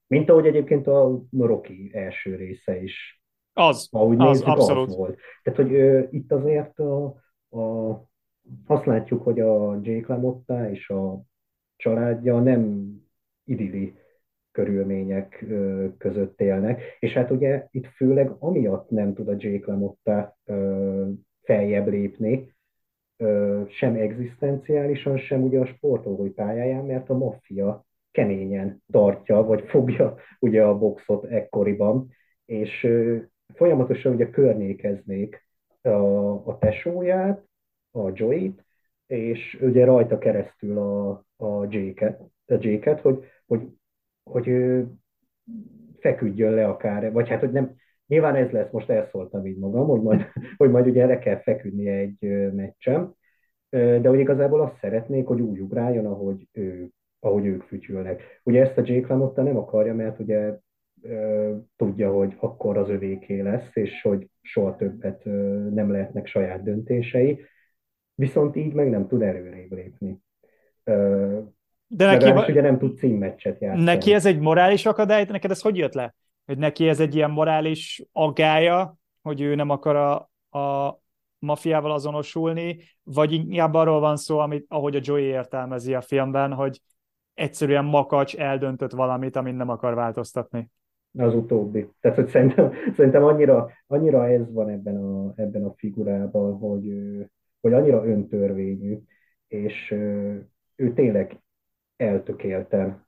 Mint ahogy egyébként a Rocky első része is, Az, ha úgy az, nézzük, az abszolút. volt. Tehát, hogy itt azért a, azt látjuk, hogy a Jake LaMotta és a családja nem idilli körülmények között élnek, és hát ugye itt főleg amiatt nem tud a Jake LaMotta feljebb lépni, sem egzisztenciálisan, sem ugye a sportolói pályáján, mert a maffia keményen tartja, vagy fogja ugye a boxot ekkoriban, és folyamatosan ugye környékeznék a tesóját, a Joey-t, és ugye rajta keresztül a Jake-et, hogy ő feküdjön le akár, vagy hát, hogy nem, nyilván ez lesz, most elszóltam így magam, hogy majd ugye le kell feküdnie egy meccsen, de hogy igazából azt szeretnék, hogy úgy ugráljon, ahogy ők fütyülnek. Ugye ezt a Jake LaMotta nem akarja, mert ugye tudja, hogy akkor az övéké lesz, és hogy soha többet nem lehetnek saját döntései, viszont így meg nem tud előrébb lépni. Ö, De neki, Legalábbis ugye nem tud címmeccset neki játszani. ez egy morális akadály, neked ez hogy jött le? Hogy neki ez egy ilyen morális agálya, hogy ő nem akar a mafiával azonosulni, vagy inkább arról van szó, ahogy a Joey értelmezi a filmben, hogy egyszerűen makacs eldöntött valamit, amit nem akar változtatni. Az utóbbi. Tehát, hogy szerintem annyira ez van ebben a figurában, hogy annyira öntörvényű, és ő tényleg eltökélten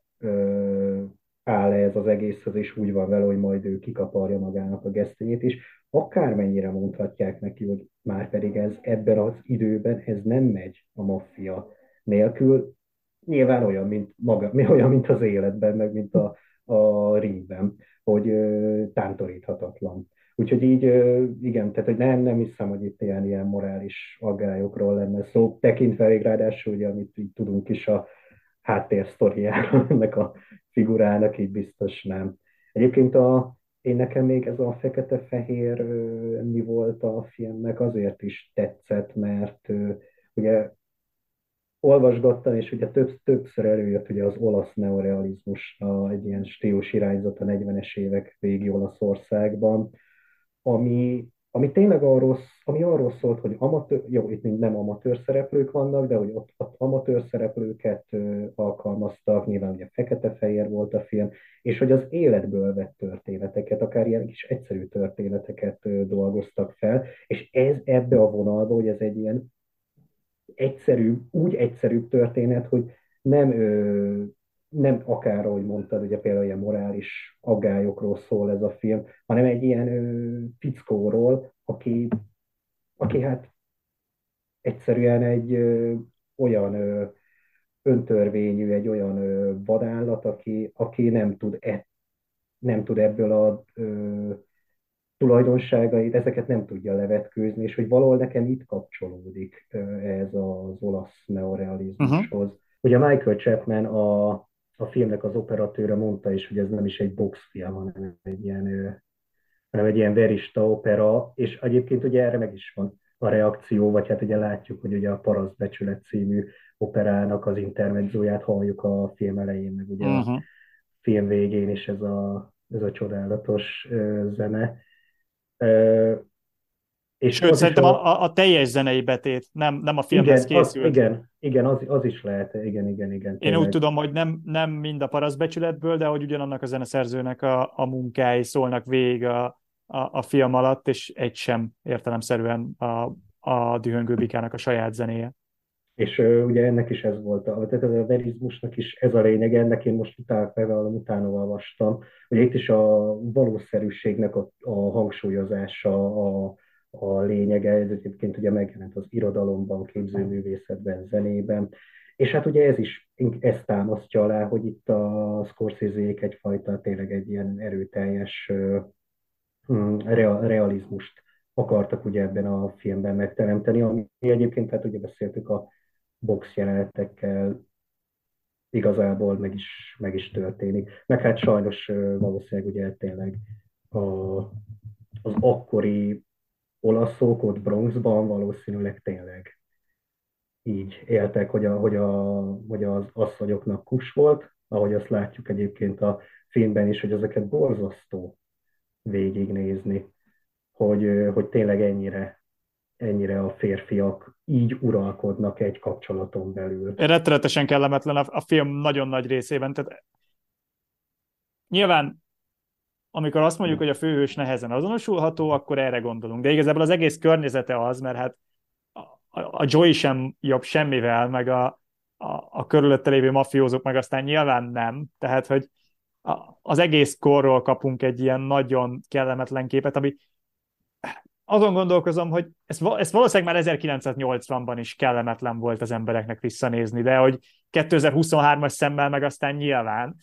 ö, áll ez az egészhez, és úgy van vele, hogy majd ő kikaparja magának a gesztenyét is. Akármennyire mondhatják neki, hogy már pedig ez ebben az időben ez nem megy a maffia nélkül, nyilván olyan, mint maga, olyan, mint az életben, meg mint a ringben, hogy tántoríthatatlan. Úgyhogy így, igen, tehát hogy nem hiszem, hogy itt ilyen morális aggályokról lenne szó, tekintve még ráadásul, ugye, amit így tudunk is a háttérsztoriáról ennek a figurának, így biztos nem. Egyébként én nekem még ez a fekete-fehér mi volt a filmnek, azért is tetszett, mert ugye olvasgattam, és ugye többször előjött ugye az olasz neorealizmus, egy ilyen stílus irányzat a 40-es évek végi Olaszországban, ami tényleg arról szólt, hogy jó, itt mind nem amatőr szereplők vannak, de hogy ott amatőr szereplőket alkalmaztak, nyilván ugye fekete-fehér volt a film, és hogy az életből vett történeteket, akár ilyen kis egyszerű történeteket dolgoztak fel, és ez ebbe a vonalba, hogy ez egy ilyen úgy egyszerűbb történet, hogy nem, nem akár, ahogy mondtad, ugye például ilyen morális aggályokról szól ez a film, hanem egy ilyen fickóról, aki hát egyszerűen egy olyan öntörvényű, egy olyan vadállat, aki nem tud ebből a tulajdonságait, ezeket nem tudja levetkőzni, és hogy valahol nekem itt kapcsolódik ez az olasz Uh-huh. neorealizmushoz. Ugye Michael Chapman a filmnek az operatőre mondta is, hogy ez nem is egy boxfilm, hanem egy ilyen verista opera, és egyébként ugye erre meg is van a reakció, vagy hát ugye látjuk, hogy ugye a Parasztbecsület című operának az intermedzóját halljuk a film elején, meg ugye a Uh-huh. film végén is ez a csodálatos zene. Ö, és Sőt, az is szerintem a teljes zenei betét nem a filmhez igen, készült. igen, az is lehet, igen, Én úgy tényleg. tudom, hogy nem mind a parasztbecsületből, de hogy ugyanannak a zeneszerzőnek a munkái szólnak végig a film alatt, és egy sem értelemszerűen a Dühöngő Bikának a saját zenéje. És ugye ennek is ez volt, tehát a verizmusnak is ez a lényeg, ennek én most utána olvastam, hogy itt is a valószerűségnek a hangsúlyozása a lényege, ez egyébként ugye megjelent az irodalomban, képzőművészetben, zenében, és hát ugye ezt támasztja alá, hogy itt a Scorsese-ék egyfajta tényleg egy ilyen erőteljes realizmust akartak ugye ebben a filmben megteremteni, ami egyébként, hát ugye beszéltük a box jelenetekkel, igazából meg is történik. Meg hát sajnos valószínűleg ugye tényleg a, az akkori olaszok ott Bronxban valószínűleg tényleg így éltek, hogy az asszonyoknak kus volt, ahogy azt látjuk egyébként a filmben is, hogy ezeket borzasztó végignézni, hogy tényleg ennyire a férfiak így uralkodnak egy kapcsolaton belül. Rettenetesen kellemetlen a film nagyon nagy részében. Tehát nyilván, amikor azt mondjuk, hogy a főhős nehezen azonosulható, akkor erre gondolunk. De igazából az egész környezete az, mert hát a Joey sem jobb semmivel, meg a körülötte lévő mafiózók meg aztán nyilván nem. Tehát, hogy az egész korról kapunk egy ilyen nagyon kellemetlen képet, ami azon gondolkozom, hogy ez valószínűleg már 1980-ban is kellemetlen volt az embereknek visszanézni, de hogy 2023-as szemmel meg aztán nyilván.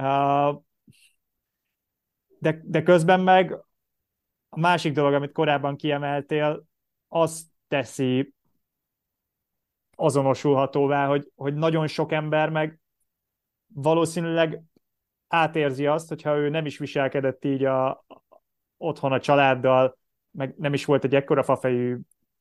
De közben meg a másik dolog, amit korábban kiemeltél, az teszi azonosulhatóvá, hogy nagyon sok ember meg valószínűleg átérzi azt, hogyha ő nem is viselkedett így otthon a családdal, meg nem is volt egy ekkora fafejű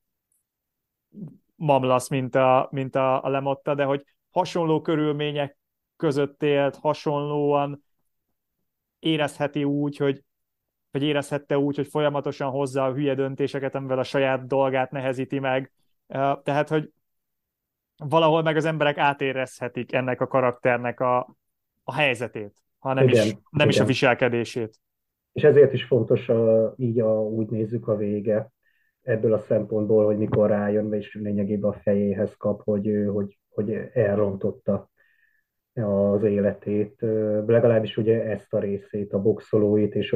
mamlasz, mint a Lemotta, de hogy hasonló körülmények között élt, hasonlóan érezheti úgy, vagy érezhette úgy, hogy folyamatosan hozza a hülye döntéseket, amivel a saját dolgát nehezíti meg. Tehát, hogy valahol meg az emberek átérezhetik ennek a karakternek a helyzetét, ha nem is, Igen, nem is a igen. viselkedését. És ezért is fontos, úgy nézzük a vége, ebből a szempontból, hogy mikor rájön, és lényegében a fejéhez kap, hogy elrontotta az életét, legalábbis ugye ezt a részét, a boxolóit, és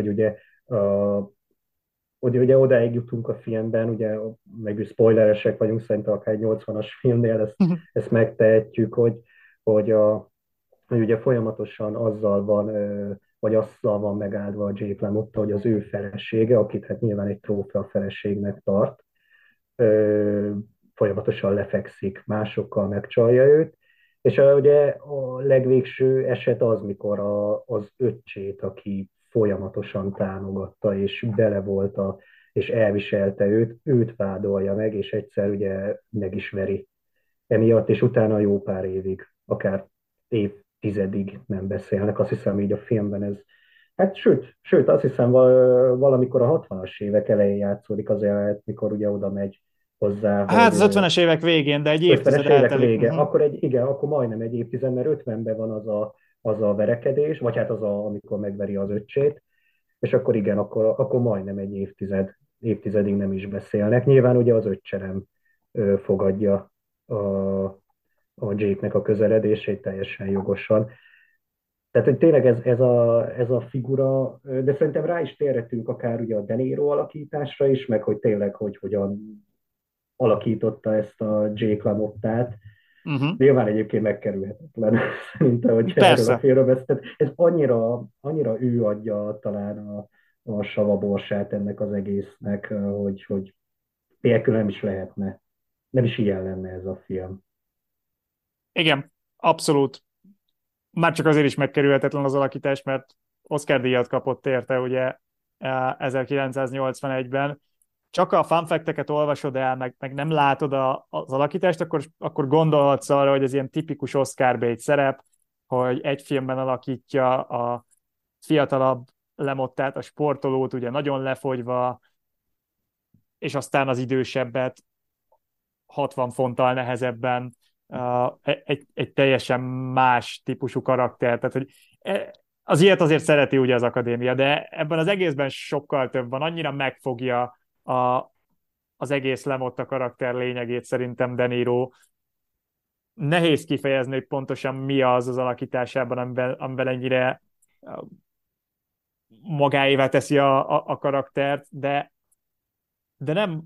hogy ugye odáig jutunk a filmben, ugye meg spoileresek vagyunk, szerintem akár egy 80-as filmnél ezt megtehetjük, hogy, a, hogy ugye folyamatosan azzal van megáldva a Jake LaMotta, hogy az ő felesége, akit hát nyilván egy trófea feleségnek tart, folyamatosan lefekszik, másokkal megcsalja őt, és ugye a legvégső eset az, mikor az öccsét, aki folyamatosan támogatta, és bele volt és elviselte őt vádolja meg, és egyszer ugye meg is veri emiatt, és utána jó pár évig, akár évtizedig nem beszélnek. Azt hiszem, így a filmben ez, hát sőt azt hiszem valamikor a 60-as évek elején játszódik az jelenet, mikor ugye oda megy hozzá, Hát hogy az 50-es évek végén, de egy évtized 50-es évek eltelik. vége, akkor igen, akkor majdnem egy évtized, mert 50-ben van az a verekedés, vagy hát amikor megveri az öccsét, és akkor igen, akkor majdnem egy évtizedig nem is beszélnek. Nyilván ugye az öccse nem fogadja a Jake-nek a közeledését teljesen jogosan. Tehát, hogy tényleg ez a figura, de szerintem rá is térhetünk akár ugye a De Niro alakításra is, meg hogy tényleg, hogy hogyan alakította ezt a Jake LaMottát. Uh-huh. Nyilván egyébként megkerülhetetlen, szerintem, hogy erről a Persze. filmről beszélt. Ez annyira ő adja talán a savaborsát ennek az egésznek, hogy nélkül nem is lehetne, nem is ilyen lenne ez a film. Igen, abszolút. Már csak azért is megkerülhetetlen az alakítás, mert Oscar-díjat kapott érte, ugye 1981-ben. Csak a fun fact-eket olvasod el, meg nem látod az alakítást, akkor gondolhatsz arra, hogy ez ilyen tipikus Oscar bait szerep, hogy egy filmben alakítja a fiatalabb Lemottát, a sportolót, ugye nagyon lefogyva, és aztán az idősebbet 60 fonttal nehezebben, egy teljesen más típusú karakter. Tehát, hogy az ilyet azért szereti ugye az akadémia, de ebben az egészben sokkal több van, annyira megfogja az egész Lemotta karakter lényegét szerintem De Niro. Nehéz kifejezni, hogy pontosan mi az alakításában, amivel ennyire magáévá teszi a karaktert, de nem,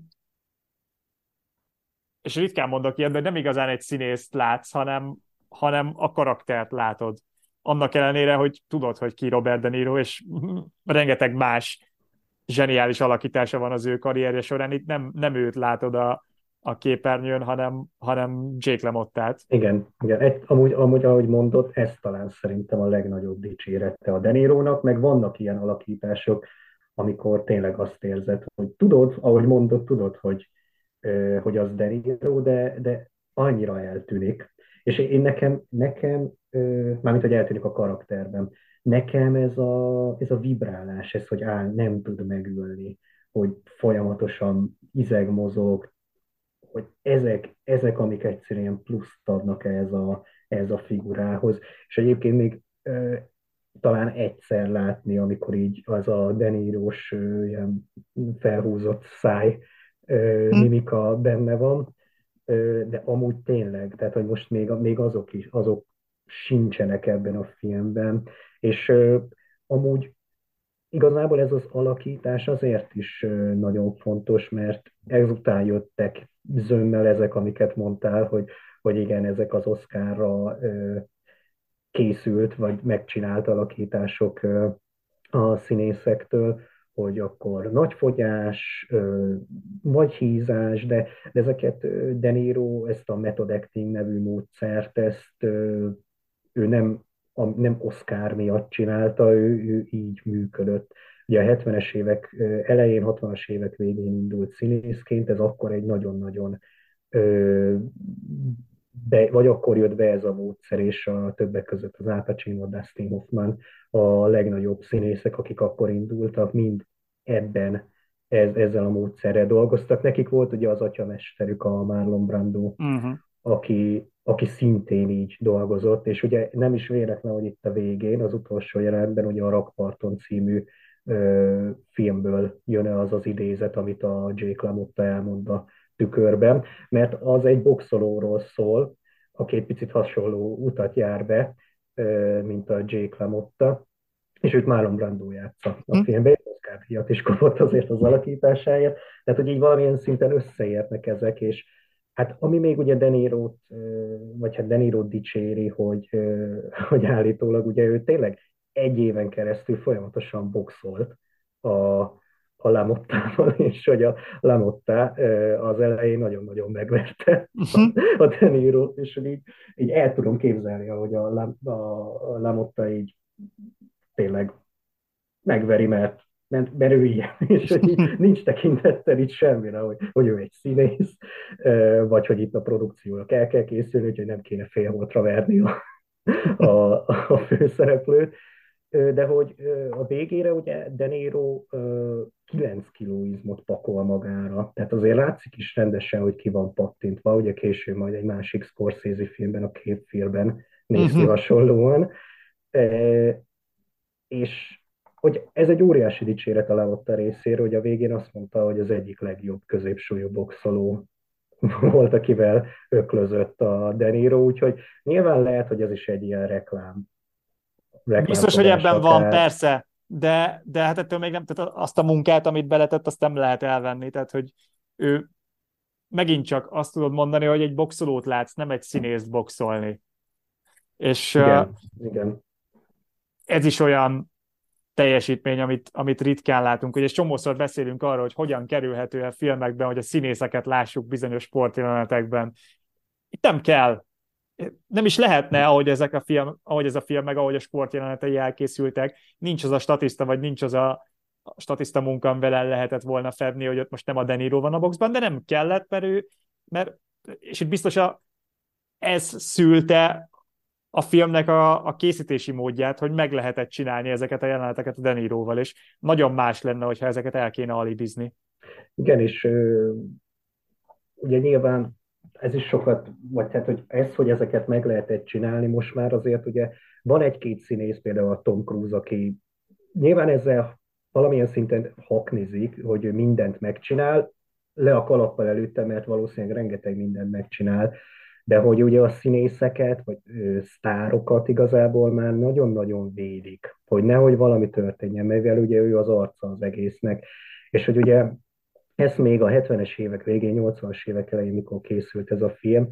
és ritkán mondok ilyet, de nem igazán egy színészt látsz, hanem a karaktert látod. Annak ellenére, hogy tudod, hogy ki Robert De Niro, és rengeteg más zseniális alakítása van az ő karrierje során. Itt nem őt látod a képernyőn, hanem Jake LaMottát. Igen, igen. Amúgy, ahogy mondott, ez talán szerintem a legnagyobb dicsérete a De Nirónak, meg vannak ilyen alakítások, amikor tényleg azt érzed, hogy tudod, ahogy mondod, tudod, hogy az De Niro, de annyira eltűnik. És én mármint, hogy eltűnik a karakterben, nekem ez a vibrálás, ez, hogy nem tud megülni, hogy folyamatosan mozog, hogy ezek amik egyszerűen pluszt adnak ehhez a figurához. És egyébként még talán egyszer látni, amikor így az a De Niro-s ilyen felhúzott száj Hm? mimika benne van, de amúgy tényleg, tehát hogy most még azok sincsenek ebben a filmben, és amúgy igazából ez az alakítás azért is nagyon fontos, mert ezután jöttek zömmel ezek, amiket mondtál, hogy igen, ezek az Oscarra készült, vagy megcsinált alakítások a színészektől, hogy akkor nagy fogyás, vagy hízás, de ezeket De Niro, ezt a method acting nevű módszert, ő nem Oscar miatt csinálta, ő így működött. Ugye a 70-es évek elején, 60-as évek végén indult színészként, ez akkor egy nagyon-nagyon vagy akkor jött be ez a módszer, és a többek között az Al Pacino, Dustin Hoffman a legnagyobb színészek, akik akkor indultak, mind ebben, ezzel a módszerrel dolgoztak. Nekik volt ugye az atyamesterük, a Marlon Brando, Uh-huh. aki szintén így dolgozott, és ugye nem is véletlen, hogy itt a végén, az utolsó jelenetben ugye a Rakparton című filmből jön az az idézet, amit a Jake LaMotta elmond a tükörben, mert az egy boxolóról szól, aki egy picit hasonló utat jár be, mint a Jake LaMotta, és őt Marlon Brando játsza a Hm? filmben, Oscar-díjat is kapott azért az alakításáért, tehát hogy így valamilyen szinten összeérnek ezek, és hát ami még ugye De Nirót, vagy hát De Nirót dicséri, hogy állítólag ugye ő tényleg egy éven keresztül folyamatosan boxolt a, a Lamottával, és hogy a Lamotta az elején nagyon-nagyon megverte Uh-huh. a De Nirót, és hogy így el tudom képzelni, ahogy a Lamotta így tényleg megveri, mert ő ilyen, és hogy így nincs tekintettel itt semmire, hogy ő egy színész, vagy hogy itt a produkciónak el kell készülni, úgyhogy nem kéne félholtra verni a főszereplőt, de hogy a végére ugye De Niro 9 kiló izmot pakol magára, tehát azért látszik is rendesen, hogy ki van pattintva, ugye később majd egy másik Scorsese filmben, a Képfilmben néz ki Uh-huh. hasonlóan, és hogy ez egy óriási dicséret a Lavotta részéről, hogy a végén azt mondta, hogy az egyik legjobb középsúlyú boxoló volt, akivel öklözött a De Niro, úgyhogy nyilván lehet, hogy ez is egy ilyen Biztos, hogy reklámfogás ebben van, akár. persze, de hát ettől még nem, tehát azt a munkát, amit beletett, azt nem lehet elvenni, tehát hogy ő megint csak azt tudod mondani, hogy egy boxolót látsz, nem egy színészt boxolni. És Igen, igen. ez is olyan teljesítmény, amit ritkán látunk. Ugye csomószor beszélünk arról, hogy hogyan kerülhető el filmekben, hogy a színészeket lássuk bizonyos sportjelenetekben. Itt nem kell. Nem is lehetne, ahogy ez a film, meg ahogy a sportjelenetei elkészültek, nincs az a statiszta, vagy nincs az a statiszta munka, amivel el lehetett volna fedni, hogy ott most nem a De Niro van a boxban, de nem kellett, mert és itt biztos ez szülte a filmnek a készítési módját, hogy meg lehetett csinálni ezeket a jeleneteket a De Niroval, és nagyon más lenne, hogyha ezeket el kéne alibizni. Igen, és ugye nyilván ez is sokat, vagy hát, hogy ezeket meg lehetett csinálni, most már azért ugye van egy-két színész, például a Tom Cruise, aki nyilván ezzel valamilyen szinten haknizik, hogy ő mindent megcsinál, le a kalappal előtte, mert valószínűleg rengeteg mindent megcsinál, de hogy ugye a színészeket, vagy sztárokat igazából már nagyon-nagyon védik, hogy nehogy valami történjen, mivel ugye ő az arca az egésznek, és hogy ugye ez még a 70-es évek végén, 80-as évek elején, mikor készült ez a film,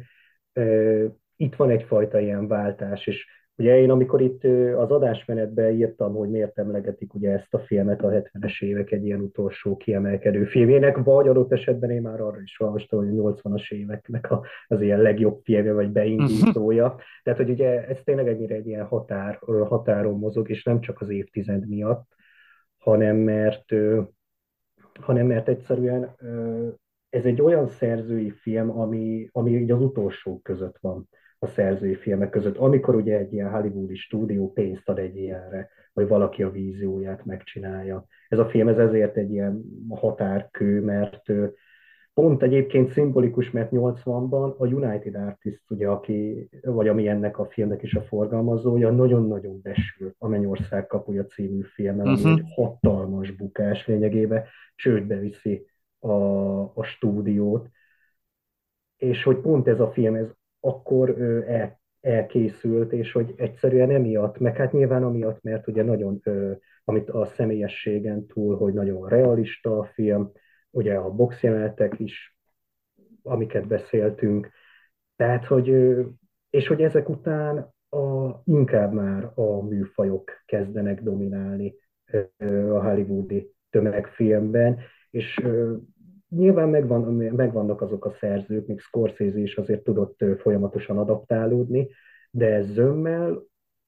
itt van egyfajta ilyen váltás, és ugye én amikor itt az adásmenetben írtam, hogy miért emlegetik ugye ezt a filmet a 70-es évek egy ilyen utolsó kiemelkedő filmjének, vagy adott esetben én már arra is olvastam, hogy a 80-as éveknek az ilyen legjobb filmje, vagy beindítója. Tehát, hogy ugye ez tényleg ennyire egy ilyen határon mozog, és nem csak az évtized miatt, hanem mert egyszerűen ez egy olyan szerzői film, ami így az utolsók között van a szerzői filmek között, amikor ugye egy ilyen hollywoodi stúdió pénzt ad egy ilyenre, vagy valaki a vízióját megcsinálja. Ez a film ez ezért egy ilyen határkő, mert pont egyébként szimbolikus, mert 80-ban a United Artists, ugye, aki, vagy ami ennek a filmnek is a forgalmazója, nagyon-nagyon besült a Mennyország kapuja című filmmel, ami Uh-huh. egy hatalmas bukás lényegében, csődbe viszi a stúdiót, és hogy pont ez a film, ez akkor elkészült, és hogy egyszerűen emiatt, meg hát nyilván amiatt, mert ugye nagyon, amit a személyességen túl, hogy nagyon realista a film, ugye a boxjelenetek is, amiket beszéltünk, tehát, hogy, és hogy ezek után inkább már a műfajok kezdenek dominálni a hollywoodi tömegfilmben, és nyilván megvannak azok a szerzők, még Scorsese is azért tudott folyamatosan adaptálódni, de zömmel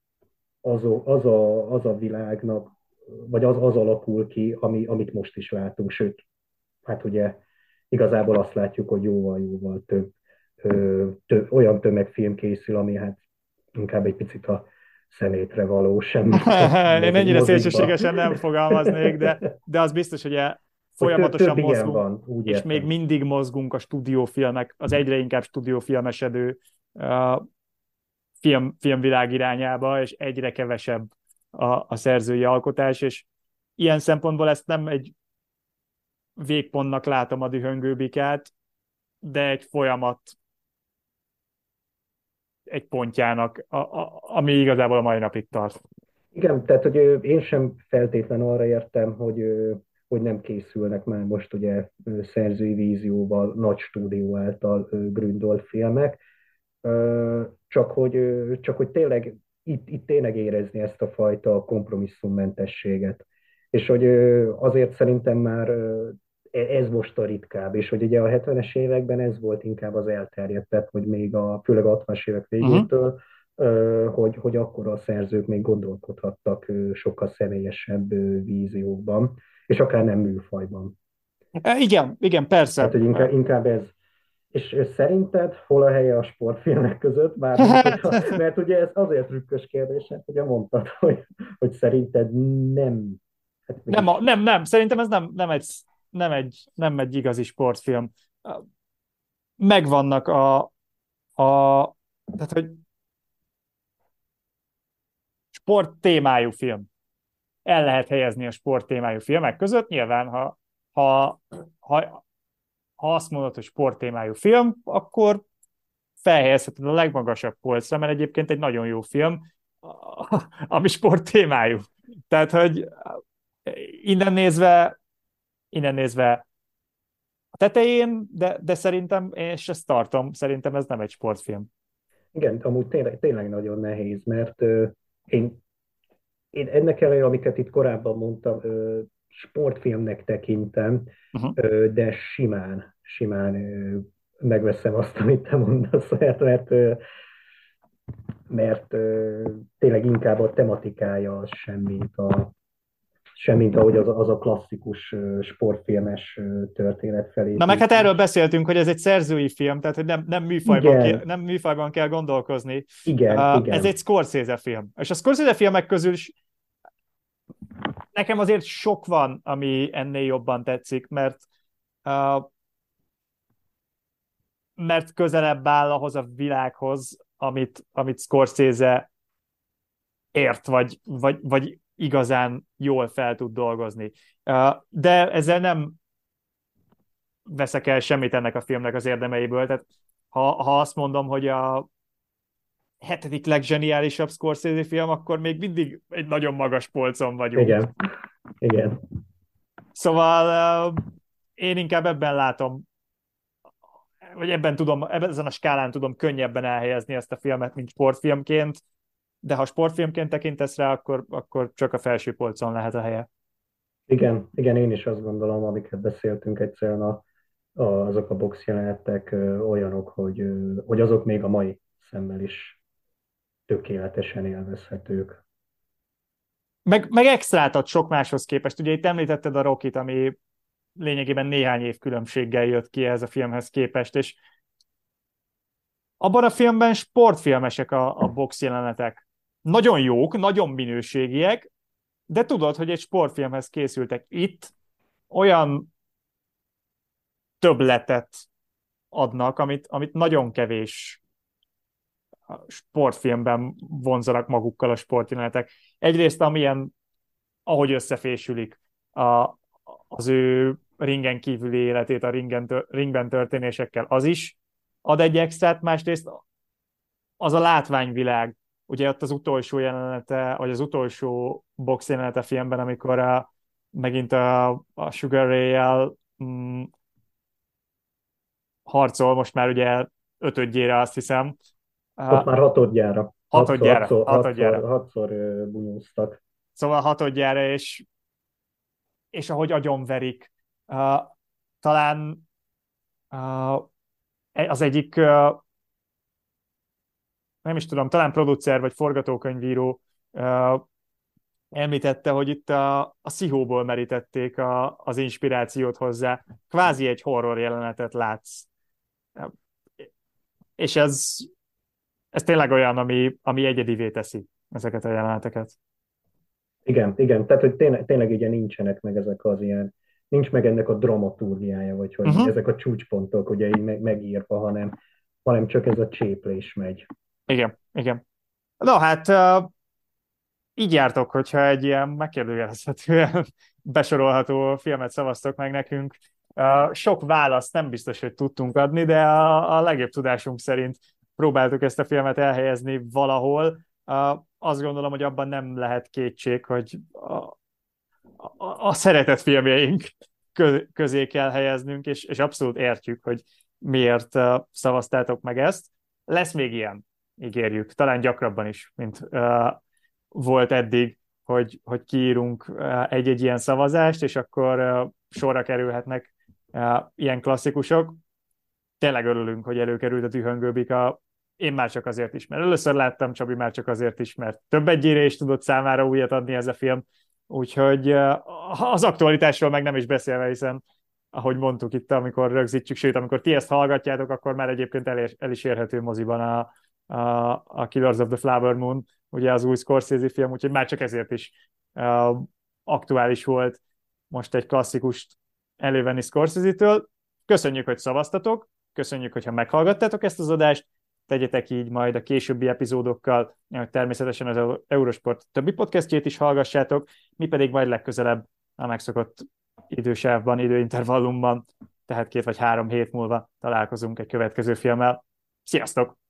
az a világnak, vagy az alakul ki, amit most is látunk, sőt, hát ugye igazából azt látjuk, hogy jóval-jóval több olyan tömegfilm készül, ami hát inkább egy picit a szemétre való, semmit a Én ennyire mozikba. szélsőségesen nem fogalmaznék, de az biztos, hogy Hogy folyamatosan több ilyen mozgunk, van, úgy és még értem. mindig mozgunk a stúdiófilmek, az egyre inkább stúdiófilmesedő filmvilág irányába, és egyre kevesebb a szerzői alkotás, és ilyen szempontból ezt nem egy végpontnak látom a dühöngőbikát, de egy folyamat egy pontjának, ami igazából a mai napig tart. Igen, tehát hogy én sem feltétlen arra értem, hogy nem készülnek már most ugye szerzői vízióval, nagy stúdió által gründolt filmek, csak hogy tényleg itt tényleg érezni ezt a fajta kompromisszummentességet. És hogy azért szerintem már ez most a ritkább, és hogy ugye a 70-es években ez volt inkább az elterjedtebb, hogy még főleg a 60-as évek Uh-huh. végétől, hogy akkor a szerzők még gondolkodhattak sokkal személyesebb víziókban, és akár nem műfajban. Igen, Tehát, persze. hogy inkább ez. És szerinted hol a helye a sportfilmek között? Mármint, mert ugye ez azért trükkös kérdés, hát ugye mondtad, hogy szerinted nem. Hát mégis, Nem, szerintem ez nem egy igazi sportfilm. Megvannak tehát, hogy sport témájú film. El lehet helyezni a sport témájú filmek között. Nyilván, ha, ha, ha azt mondod, hogy sport témájú film, akkor felhelyezheted a legmagasabb polcra, mert egyébként egy nagyon jó film, ami sport témájú. Tehát, hogy innen nézve, innen nézve a tetején, de szerintem, és ezt tartom, szerintem ez nem egy sportfilm. igen, amúgy tényleg nagyon nehéz, mert én, én ennek ellenére, amiket itt korábban mondtam, sportfilmnek tekintem, Uh-huh. de simán megveszem azt, amit te mondasz, mert tényleg inkább a tematikája az semmint ahogy az a klasszikus sportfilmes Na meg hát erről történetfelépítés. beszéltünk, hogy ez egy szerzői film, tehát hogy Igen, nem műfajban kell gondolkozni. Ez egy igen. Scorsese film. És a Scorsese filmek közül is nekem azért sok van, ami ennél jobban tetszik, uh, mert közelebb áll ahhoz a világhoz, amit Scorsese ért, vagy igazán jól fel tud dolgozni. De ezzel nem veszek el semmit ennek a filmnek az érdemeiből. Tehát ha azt mondom, hogy a hetedik legzseniálisabb Scorsese film, akkor még mindig egy nagyon magas polcon vagyunk. Igen, igen. Szóval én inkább ebben látom, vagy ebben ezen a skálán tudom könnyebben elhelyezni ezt a filmet, mint sportfilmként, de ha sportfilmként tekintesz rá, akkor csak a felső polcon lehet a helye. Igen, én is azt gondolom, amiket beszéltünk egyszerűen azok a boxjelenetek olyanok, hogy azok még a mai szemmel is tökéletesen élvezhetők. Meg extrát ad sok máshoz képest. Ugye itt említetted a Rockit, ami lényegében néhány év különbséggel jött ki ehhez a filmhez képest, és Abban a filmben sportfilmesek a box jelenetek. Nagyon jók, nagyon minőségiek, de tudod, hogy egy sportfilmhez készültek. Itt olyan többletet adnak, amit nagyon kevés sportfilmben vonzanak magukkal a sportjelenetek. Egyrészt ahogy összefésülik az ő ringen kívüli életét a ringben történésekkel, az is ad egy extrát, másrészt az a látványvilág, ugye ott az utolsó jelenete, vagy az utolsó box jelenete filmben, amikor megint a Sugar Ray-jel harcol, most már ugye ötödjére azt hiszem. Ott már hatodjára. Hatodjára. Hatszor bunyóztak. Szóval hatodjára, és ahogy agyonverik, talán az egyik, nem is tudom, talán producer vagy forgatókönyvíró említette, hogy itt a szihóból merítették az inspirációt hozzá. Kvázi egy horror jelenetet látsz. És ez tényleg olyan, ami egyedivé teszi ezeket a jeleneteket. Igen, tehát hogy tényleg ugye nincsenek meg ezek az ilyen, nincs meg ennek a dramaturgiája, vagy hogy ezek a csúcspontok ugye így megírva, hanem csak ez a cséplés megy. Igen. Na hát, így jártok, hogyha egy ilyen megkérdőjelezhetően besorolható filmet szavaztok meg nekünk. Sok választ nem biztos, hogy tudtunk adni, de a legjobb tudásunk szerint próbáltuk ezt a filmet elhelyezni valahol. Azt gondolom, hogy abban nem lehet kétség, hogy a szeretett filmjeink közé kell helyeznünk, és abszolút értjük, hogy miért szavaztátok meg ezt. Lesz még ilyen, ígérjük, talán gyakrabban is, mint volt eddig, hogy kiírunk egy-egy ilyen szavazást, és akkor sorra kerülhetnek ilyen klasszikusok. Tényleg örülünk, hogy előkerült a Dühöngő Bika. Én már csak azért is, mert először láttam, Csabi már csak azért is, mert több egyére is tudott számára újat adni ez a film. Úgyhogy az aktualitásról meg nem is beszélve, hiszen ahogy mondtuk itt, amikor rögzítjük, sőt, amikor ti ezt hallgatjátok, akkor már egyébként el is érhető moziban a Killers of the Flower Moon, ugye az új Scorsese film, úgyhogy már csak ezért is aktuális volt most egy klasszikust elővenni Scorsese-től. Köszönjük, hogy szavaztatok, köszönjük, hogyha meghallgattátok ezt az adást, tegyetek így majd a későbbi epizódokkal, természetesen az Eurosport többi podcastjét is hallgassátok, mi pedig majd legközelebb a megszokott idősávban, időintervallumban, tehát 2 vagy 3 hét múlva találkozunk egy következő filmmel. Sziasztok!